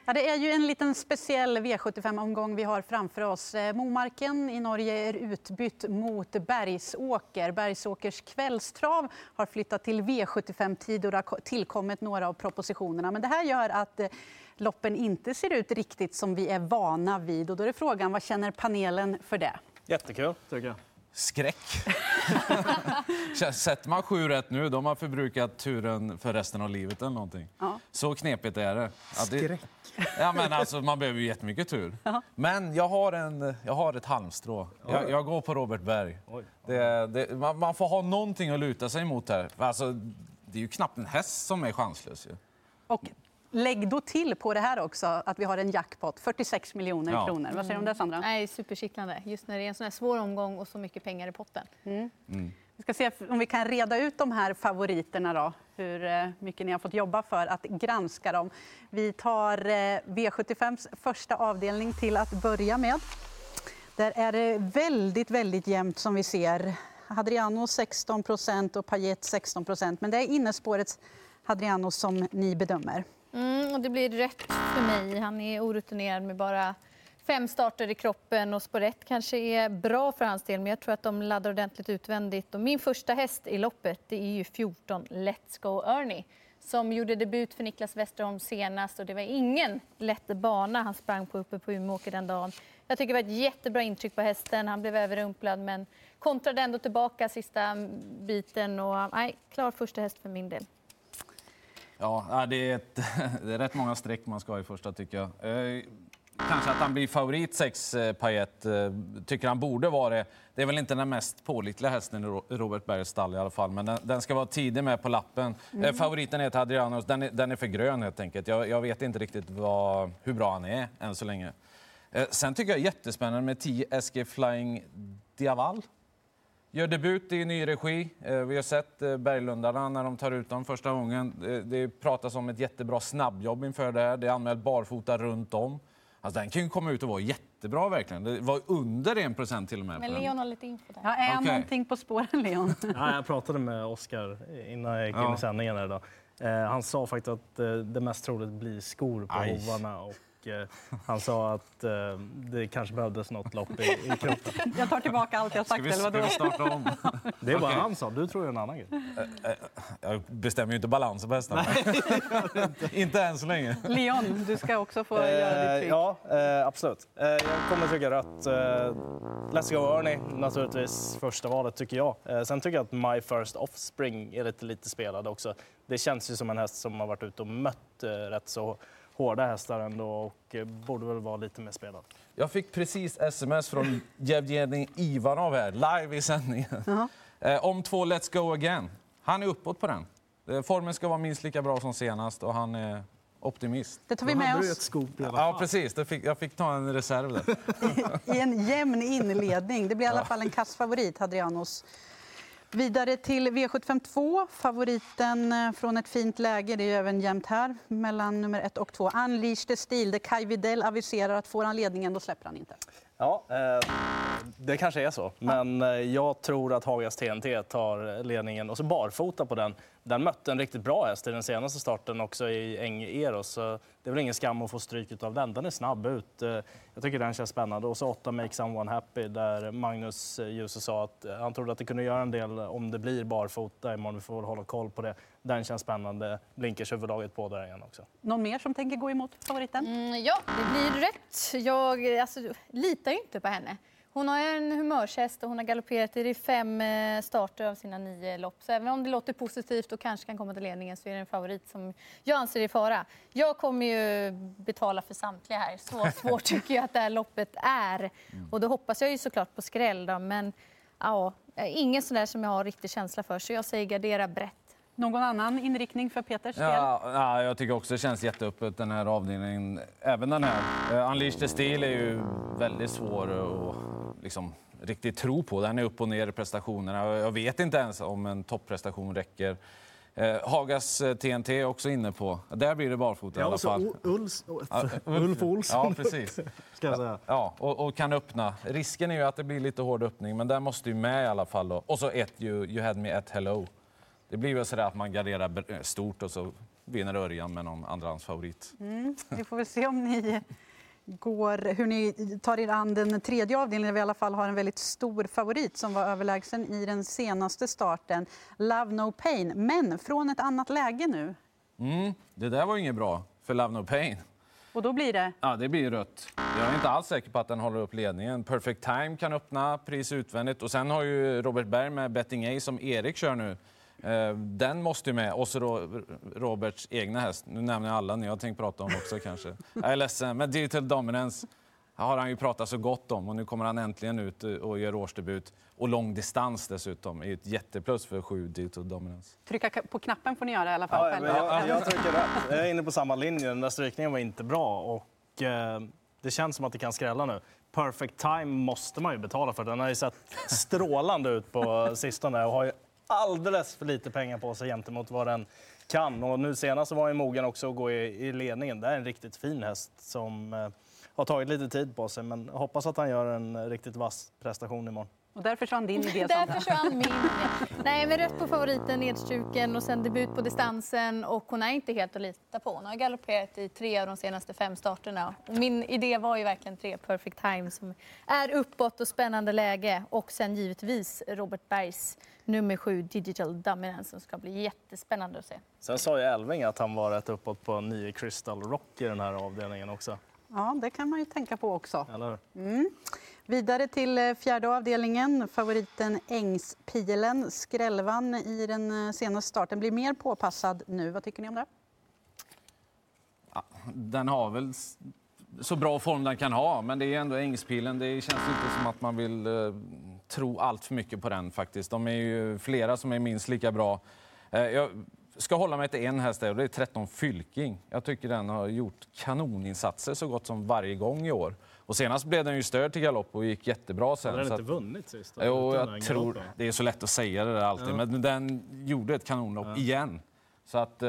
Ja, det är ju en liten speciell V75-omgång vi har framför oss. Momarken i Norge är utbytt mot Bergsåker. Bergsåkers kvällstrav har flyttat till V75-tid och det har tillkommit några av propositionerna. Men det här gör att loppen inte ser ut riktigt som vi är vana vid. Och då är frågan, vad känner panelen för det? Jättekul, tycker jag. Skräck. Sätter man 7 rätt nu, de har förbrukat turen för resten av livet eller någonting. Ja. Så knepigt är det. Skräck. Ja, men alltså, man behöver ju jättemycket tur. Ja. Men jag har ett halmstrå. Jag går på Robert Berg. Man får ha någonting att luta sig emot här. Alltså, det är ju knappt en häst som är chanslös. Ju. Och lägg då till på det här också att vi har en jackpot, 46 miljoner kronor. Vad säger du om det, Sandra? Nej, superkittlande. Just när det är en sån här svår omgång och så mycket pengar i potten. Vi ska se om vi kan reda ut de här favoriterna då. Hur mycket ni har fått jobba för att granska dem. Vi tar V75s första avdelning till att börja med. Där är det väldigt jämnt som vi ser. Hadriano 16% och Payet 16%. Men det är innespårets Hadriano som ni bedömer. Och det blir rätt för mig. Han är orutinerad med bara 5 starter i kroppen och spår 1 kanske är bra för hans del, men jag tror att de laddar ordentligt utvändigt. Och min första häst i loppet, det är ju 14 Let's Go Ernie som gjorde debut för Niklas Westerholm senast och det var ingen lätt bana han sprang på uppe på Umeåker den dagen. Jag tycker det var ett jättebra intryck på hästen. Han blev överrumplad men kontrade ändå tillbaka sista biten och klar första häst för min del. Ja, det är rätt många streck man ska ha i första, tycker jag. Kanske att han blir favorit 6 Payet. Tycker han borde vara det. Det är väl inte den mest pålitliga hästen i Robert Bergs stall i alla fall. Men den ska vara tidig med på lappen. Favoriten är Hadriano. Den är för grön helt enkelt. Jag vet inte riktigt hur bra han är än så länge. Sen tycker jag jättespännande med 10 SG Flying Diaval. Gör debut i ny regi. Vi har sett Berglundarna när de tar ut dem första gången. Det pratas om ett jättebra snabbjobb inför det här. Det är anmält barfota runt om. Alltså, den kan ju komma ut och vara jättebra verkligen. Det var under 1% till och med. Men Leon har lite info där. Ja, är någonting på spåren, Leon? Ja, jag pratade med Oskar innan jag gick in i sändningen här idag. Han sa faktiskt att det mest troligt blir skor på hovarna och han sa att det kanske behövdes något lopp i kroppen. Jag tar tillbaka allt jag sagt. Ska vi starta om? Det är vad han sa. Du tror ju en annan grej. Jag bestämmer ju inte balansen på hästarna. Inte än så länge. Leon, du ska också få göra ditt tryck. Ja, absolut. Jag kommer trycka rött. Let's Go Ernie, naturligtvis första valet tycker jag. Sen tycker jag att My First Offspring är lite spelad också. Det känns ju som en häst som har varit ute och mött rätt så hårda hästar ändå och borde väl vara lite mer spelad. Jag fick precis sms från Jevgenij Ivanov här, live i sändningen. Om 2 Let's Go Again. Han är uppåt på den. Formen ska vara minst lika bra som senast och han är optimist. Det tar vi med oss. Ett skop i alla fall. Ja, precis. Jag fick ta en reserv där. I en jämn inledning. Det blir i alla fall en kassfavorit, Hadrianos. Vidare till V75-2, favoriten från ett fint läge. Det är ju även jämnt här mellan nummer 1 och 2. Unleash the Steel, där Kai Widell aviserar att får han ledningen, då släpper han inte. Ja, det kanske är så. Men jag tror att Hagas TNT tar ledningen och så barfota på den. Den mötte en riktigt bra häst i den senaste starten också i Eng Eros. Så det är väl ingen skam att få stryket av den. Den är snabb ut. Jag tycker den känns spännande. Och så 8 Make Someone Happy där Magnus Djuse sa att han trodde att det kunde göra en del om det blir barfota imorgon. Vi får hålla koll på det. Den känns spännande. Blinkers huvudlaget på där igen också. Någon mer som tänker gå emot favoriten? Ja, det blir rätt. Jag litar ju inte på henne. Hon har en humörshäst och hon har galopperat i 5 starter av sina 9 lopp. Så även om det låter positivt och kanske kan komma till ledningen så är det en favorit som jag anser är i fara. Jag kommer ju betala för samtliga här. Så svårt tycker jag att det här loppet är. Och då hoppas jag ju såklart på skräll då. Men ja, ingen sån där som jag har riktig känsla för. Så jag säger gardera brett. Någon annan inriktning för Peters spel? Ja, jag tycker också det känns jätteöppet den här avdelningen. Även den här. Unleash the Steel är ju väldigt svår att liksom riktigt tro på. Den är upp och ner i prestationerna. Jag vet inte ens om en topprestation räcker. Hagas TNT är också inne på. Där blir det barfota i alla fall. Ulf Olsson. Ja, precis. Ska jag säga. Ja, och kan öppna. Risken är ju att det blir lite hård öppning, men där måste ju med i alla fall då. Och så You Had Me at Hello. Det blir väl så där att man garderar stort och så vinner Örjan med någon andrahandsfavorit. Vi får väl se om ni hur ni tar er an den tredje avdelningen där vi i alla fall har en väldigt stor favorit som var överlägsen i den senaste starten. Love No Pain, men från ett annat läge nu. Det där var inget bra för Love No Pain. Och då blir det? Ja, det blir rött. Jag är inte alls säker på att den håller upp ledningen. Perfect Time kan öppna pris utvändigt. Och sen har ju Robert Berg med Betting A som Erik kör nu. Den måste ju med. Och så Roberts egna häst. Nu nämner jag alla ni har tänkt prata om också kanske. Jag är ledsen, men Digital Dominance har han ju pratat så gott om. Och nu kommer han äntligen ut och gör årsdebut. Och lång distans dessutom är ett jätteplus för 7 Digital Dominance. Trycka på knappen får ni göra i alla fall. Jag trycker rätt. Jag är inne på samma linje. Den där strykningen var inte bra. Och det känns som att det kan skrälla nu. Perfect Time måste man ju betala för. Den har ju sett strålande ut på sistone och har ju alldeles för lite pengar på sig gentemot vad den kan. Och nu senast så var ju mogen också att gå i ledningen. Det är en riktigt fin häst som har tagit lite tid på sig. Men hoppas att han gör en riktigt vass prestation imorgon. Och där försvann din idé. Där försvann min. Nej, men rätt på favoriten, nedstruken och sen debut på distansen. Och hon är inte helt att lita på. Hon har galopperat i 3 av de senaste 5 starterna. Och min idé var ju verkligen 3 Perfect Time som är uppåt och spännande läge. Och sen givetvis Robert Bergs nummer 7 Digital Dominance som ska bli jättespännande att se. Sen sa ju Elving att han var rätt uppåt på 9 Crystal Rock i den här avdelningen också. Ja, det kan man ju tänka på också. Eller? Vidare till fjärde avdelningen. Favoriten Ängspilen skrällvann i den senaste starten. Blir mer påpassad nu. Vad tycker ni om det? Ja, den har väl så bra form den kan ha, men det är ändå Ängspilen. Det känns inte som att man vill tro allt för mycket på den faktiskt. De är ju flera som är minst lika bra. Jag ska hålla mig till en häst där och det är 13 Fylking. Jag tycker den har gjort kanoninsatser så gott som varje gång i år. Och senast blev den ju stöd till galopp och gick jättebra sen. Har den inte vunnit sist? Jo, jag tror det är så lätt att säga det där alltid. Men den gjorde ett kanonlopp igen. Så att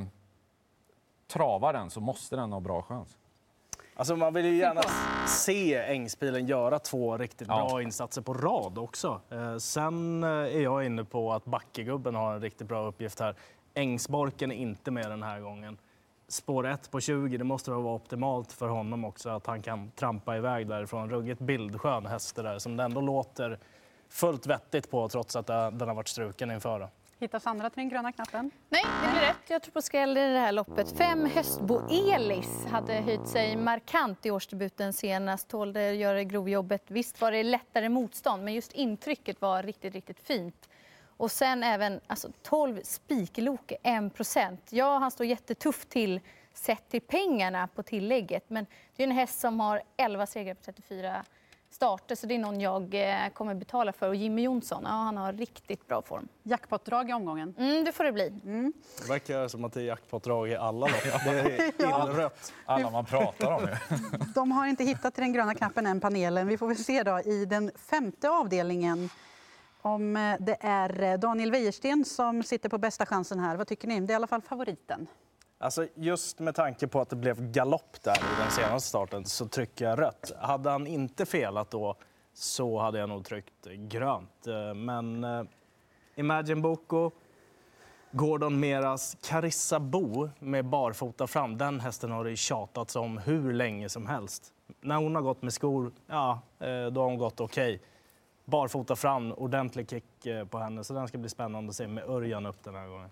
travar den så måste den ha bra chans. Alltså man vill ju gärna se Ängspilen göra 2 riktigt bra insatser på rad också. Sen är jag inne på att Backegubben har en riktigt bra uppgift här. Ängsborken är inte med den här gången. Spår 1 på 20, det måste vara optimalt för honom också att han kan trampa iväg därifrån. Ruggigt bildskön häst där som det ändå låter fullt vettigt på trots att den har varit struken inför. Hittar Sandra till den gröna knappen? Nej, det blir rätt. Jag tror på skräll i det här loppet. 5 Höstbo Elis hade höjt sig markant i årsdebuten senast. Tålde göra grovjobbet. Visst var det lättare motstånd, men just intrycket var riktigt, riktigt fint. Och sen även 12 Spikloke, 1%. Ja, han står jättetufft till sett till pengarna på tillägget. Men det är en häst som har 11 segrar på 34 starter. Så det är någon jag kommer betala för. Och Jimmy Jonsson, han har riktigt bra form. Jackpotdrag i omgången. Det får det bli. Det verkar som att det är jackpotdrag i alla lopp. Det är illrött. Alla man pratar om det. De har inte hittat till den gröna knappen än, panelen. Vi får väl se då i den 5:e avdelningen om det är Daniel Wäjersten som sitter på bästa chansen här. Vad tycker ni? Det är i alla fall favoriten. Alltså just med tanke på att det blev galopp där i den senaste starten så trycker jag rött. Hade han inte felat då så hade jag nog tryckt grönt. Men Imagine Boko, Gordon Meras, Carissa Bo med barfota fram. Den hästen har det tjatats om hur länge som helst. När hon har gått med skor, då har hon gått okej. Barfota fram, ordentlig kick på henne. Så den ska bli spännande att se med Örjan upp den här gången.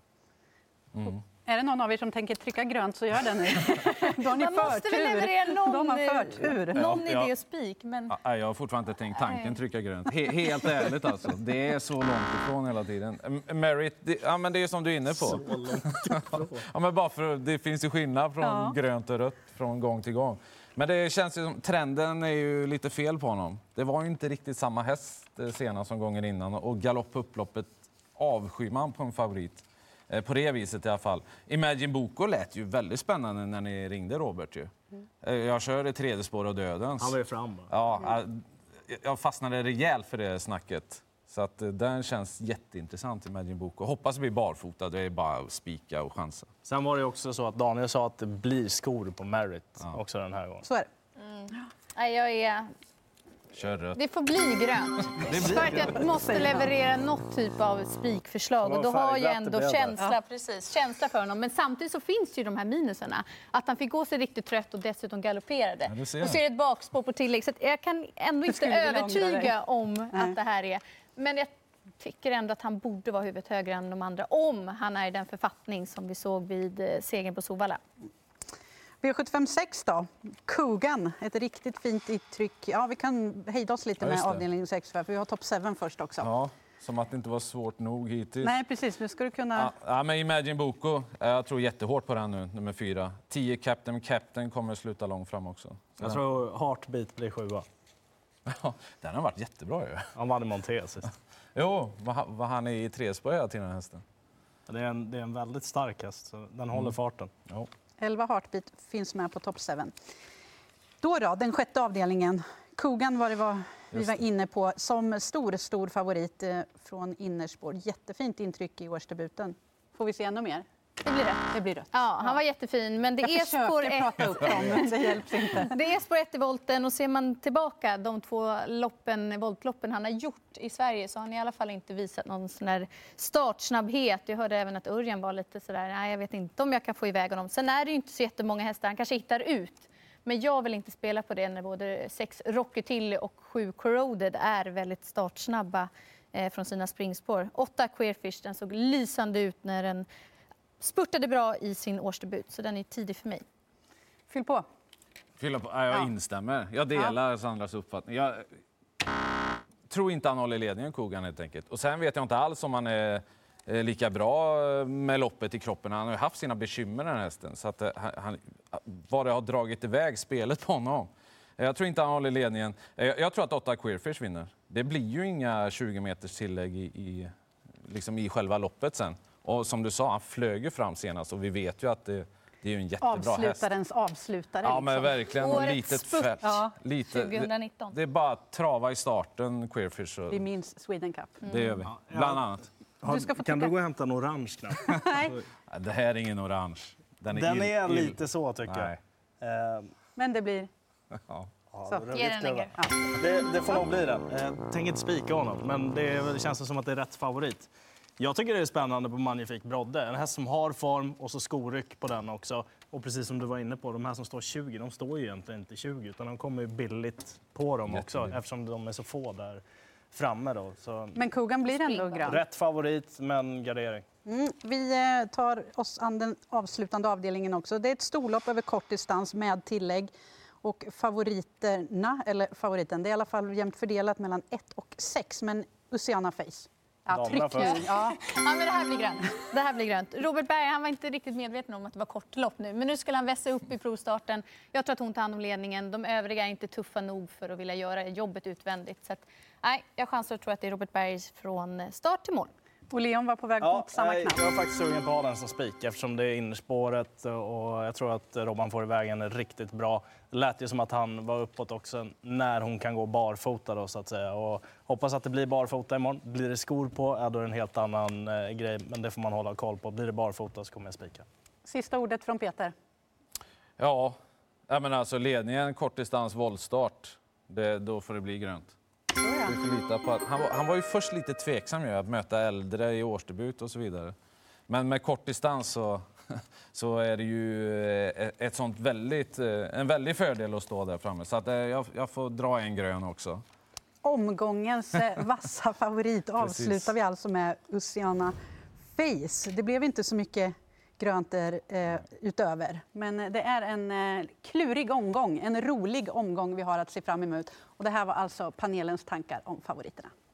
Är det någon av er som tänker trycka grönt så gör det nu. Man måste väl leverera någon, De har förtur. någon idé och spik. Men... Jag har fortfarande inte tänkt tanken trycka grönt. Helt ärligt alltså. Det är så långt ifrån hela tiden. Merit, men det är som du är inne på. Så långt ifrån. Men bara för det finns ju skillnad från grönt och rött från gång till gång. Men det känns ju som trenden är ju lite fel på honom. Det var ju inte riktigt samma häst senast som gången innan och galopp upploppet avskyr man på en favorit. På det viset i alla fall. Imagine Boko lät ju väldigt spännande när ni ringde Robert ju. Jag körde 3:e spår av dödens. Han var ju fram. Ja, jag fastnade rejält för det snacket. Så att den känns jätteintressant Imagine Boko. Hoppas det blir barfota, det är bara att spika och chansa. Sen var det också så att Daniel sa att det blir skor på Merit också den här gången. Så är det. Kör rött. Det får bli grönt. För att jag måste leverera något typ av spikförslag. Och då har jag ändå känsla för honom. Men samtidigt så finns ju de här minuserna. Att han fick gå sig riktigt trött och dessutom galopperade. Ja, och så är det ett bakspår på tillägg. Så att jag kan ändå inte övertyga om att det här är... Men jag tycker ändå att han borde vara huvudet högre än de andra. Om han är i den författning som vi såg vid segern på Solvalla. V75-6 då. Cougan, ett riktigt fint intryck. Ja, vi kan hejda oss lite med avdelning 6 för vi har top 7 först också. Ja, som att det inte var svårt nog hittills. Nej, precis. Nu ska du kunna... Ja, men Imagine Boko, jag tror jättehårt på den nu, nummer 4. 10 Captain kommer sluta långt fram också. Så Jag tror Heartbeat blir 7. Ja, den har varit jättebra ju. Han vann i Monté sist. Jo, vad han är i trespår hela tiden, hästen. Det är en väldigt stark häst, så den håller farten. Ja. 11 Heartbeat finns med på top 7. Då, den sjätte avdelningen. Cougan vi var inne på som stor favorit från innerspår. Jättefint intryck i årsdebuten. Får vi se ännu mer? Det blir rätt. Det blir rätt. Ja, han var jättefin. Men det är spår 1. Prata upp dem, men det hjälps inte. Det är spår 1 i volten. Och ser man tillbaka de 2 voltloppen han har gjort i Sverige så har han i alla fall inte visat någon sån där startsnabbhet. Jag hörde även att Örjan var lite sådär, nej jag vet inte om jag kan få iväg honom. Sen är det ju inte så jättemånga hästar, han kanske hittar ut. Men jag vill inte spela på det när både 6 Rocky Tilly och 7 Corroded är väldigt startsnabba från sina springspår. 8 Queerfish, den såg lysande ut när den spurtade bra i sin årsdebut, så den är tidig för mig. Fyll på. Jag instämmer. Jag delar Sandras uppfattning. Jag tror inte han håller ledningen, Cougan, helt enkelt. Och sen vet jag inte alls om han är lika bra med loppet i kroppen. Han har ju haft sina bekymmer, den här hästen. Så att han bara har dragit iväg spelet på honom. Jag tror inte han håller ledningen. Jag tror att 8 Queerfish vinner. Det blir ju inga 20 meters tillägg i själva loppet sen. Och som du sa, han flög ju fram senast och vi vet ju att det är ju en jättebra häst. Avslutarens avslutare. Ja, men verkligen. Årets Litet spurt. fett. Ja, Lite, 2019. det är bara att trava i starten, Queerfish. Vi minns Sweden Cup. Det gör vi, bland annat. Kan du gå och hämta en orange knapp? Nej, Det här är ingen orange. Den är lite så, tycker jag. men det blir... Ja. Så. Ge den en grej. Det får nog bli den. Jag tänker inte spika honom, men det känns som att det är rätt favorit. Jag tycker det är spännande på Magnifik Brodde. En häst som har form och så skoryck på den också. Och precis som du var inne på, de här som står 20, de står ju egentligen inte 20 utan de kommer ju billigt på dem också eftersom de är så få där framme då. Så Men Cougan blir ändå grön. rätt favorit, men gardering. Vi tar oss an den avslutande avdelningen också. Det är ett storlopp över kort distans med tillägg. Och favoriten, det är i alla fall jämnt fördelat mellan 1 och 6, men Oceana Face. Ja, tryck nu. Ja, men det här blir grönt. Det här blir grönt. Robert Berg, han var inte riktigt medveten om att det var kort lopp nu. Men nu skulle han vässa upp i provstarten. Jag tror att hon tar hand om ledningen. De övriga är inte tuffa nog för att vilja göra jobbet utvändigt. Så att, nej, jag chansar att tro att det är Robert Berg från start till mål. Och Leon var på väg mot samma knapp. Jag var faktiskt sugen på att ha den som spik eftersom det är innerspåret och jag tror att Robban får iväg henne riktigt bra. Det lät ju som att han var uppåt också när hon kan gå barfota då, så att säga. Och hoppas att det blir barfota imorgon. Blir det skor på, då är det en helt annan grej, men det får man hålla koll på. Blir det barfota så kommer jag spika. Sista ordet från Peter. Ja, men alltså ledningen, kortdistans, voltstart. Då får det bli grönt. Vi får lita på att han var ju först lite tveksam att möta äldre i årsdebut och så vidare. Men med kort distans så är det ju en väldig fördel att stå där framme. Så att jag får dra en grön också. Omgångens vassa favorit avslutar vi alltså med Oceana Face. Det blev inte så mycket grönt utöver. Men det är en klurig omgång, en rolig omgång vi har att se fram emot. Och det här var alltså panelens tankar om favoriterna.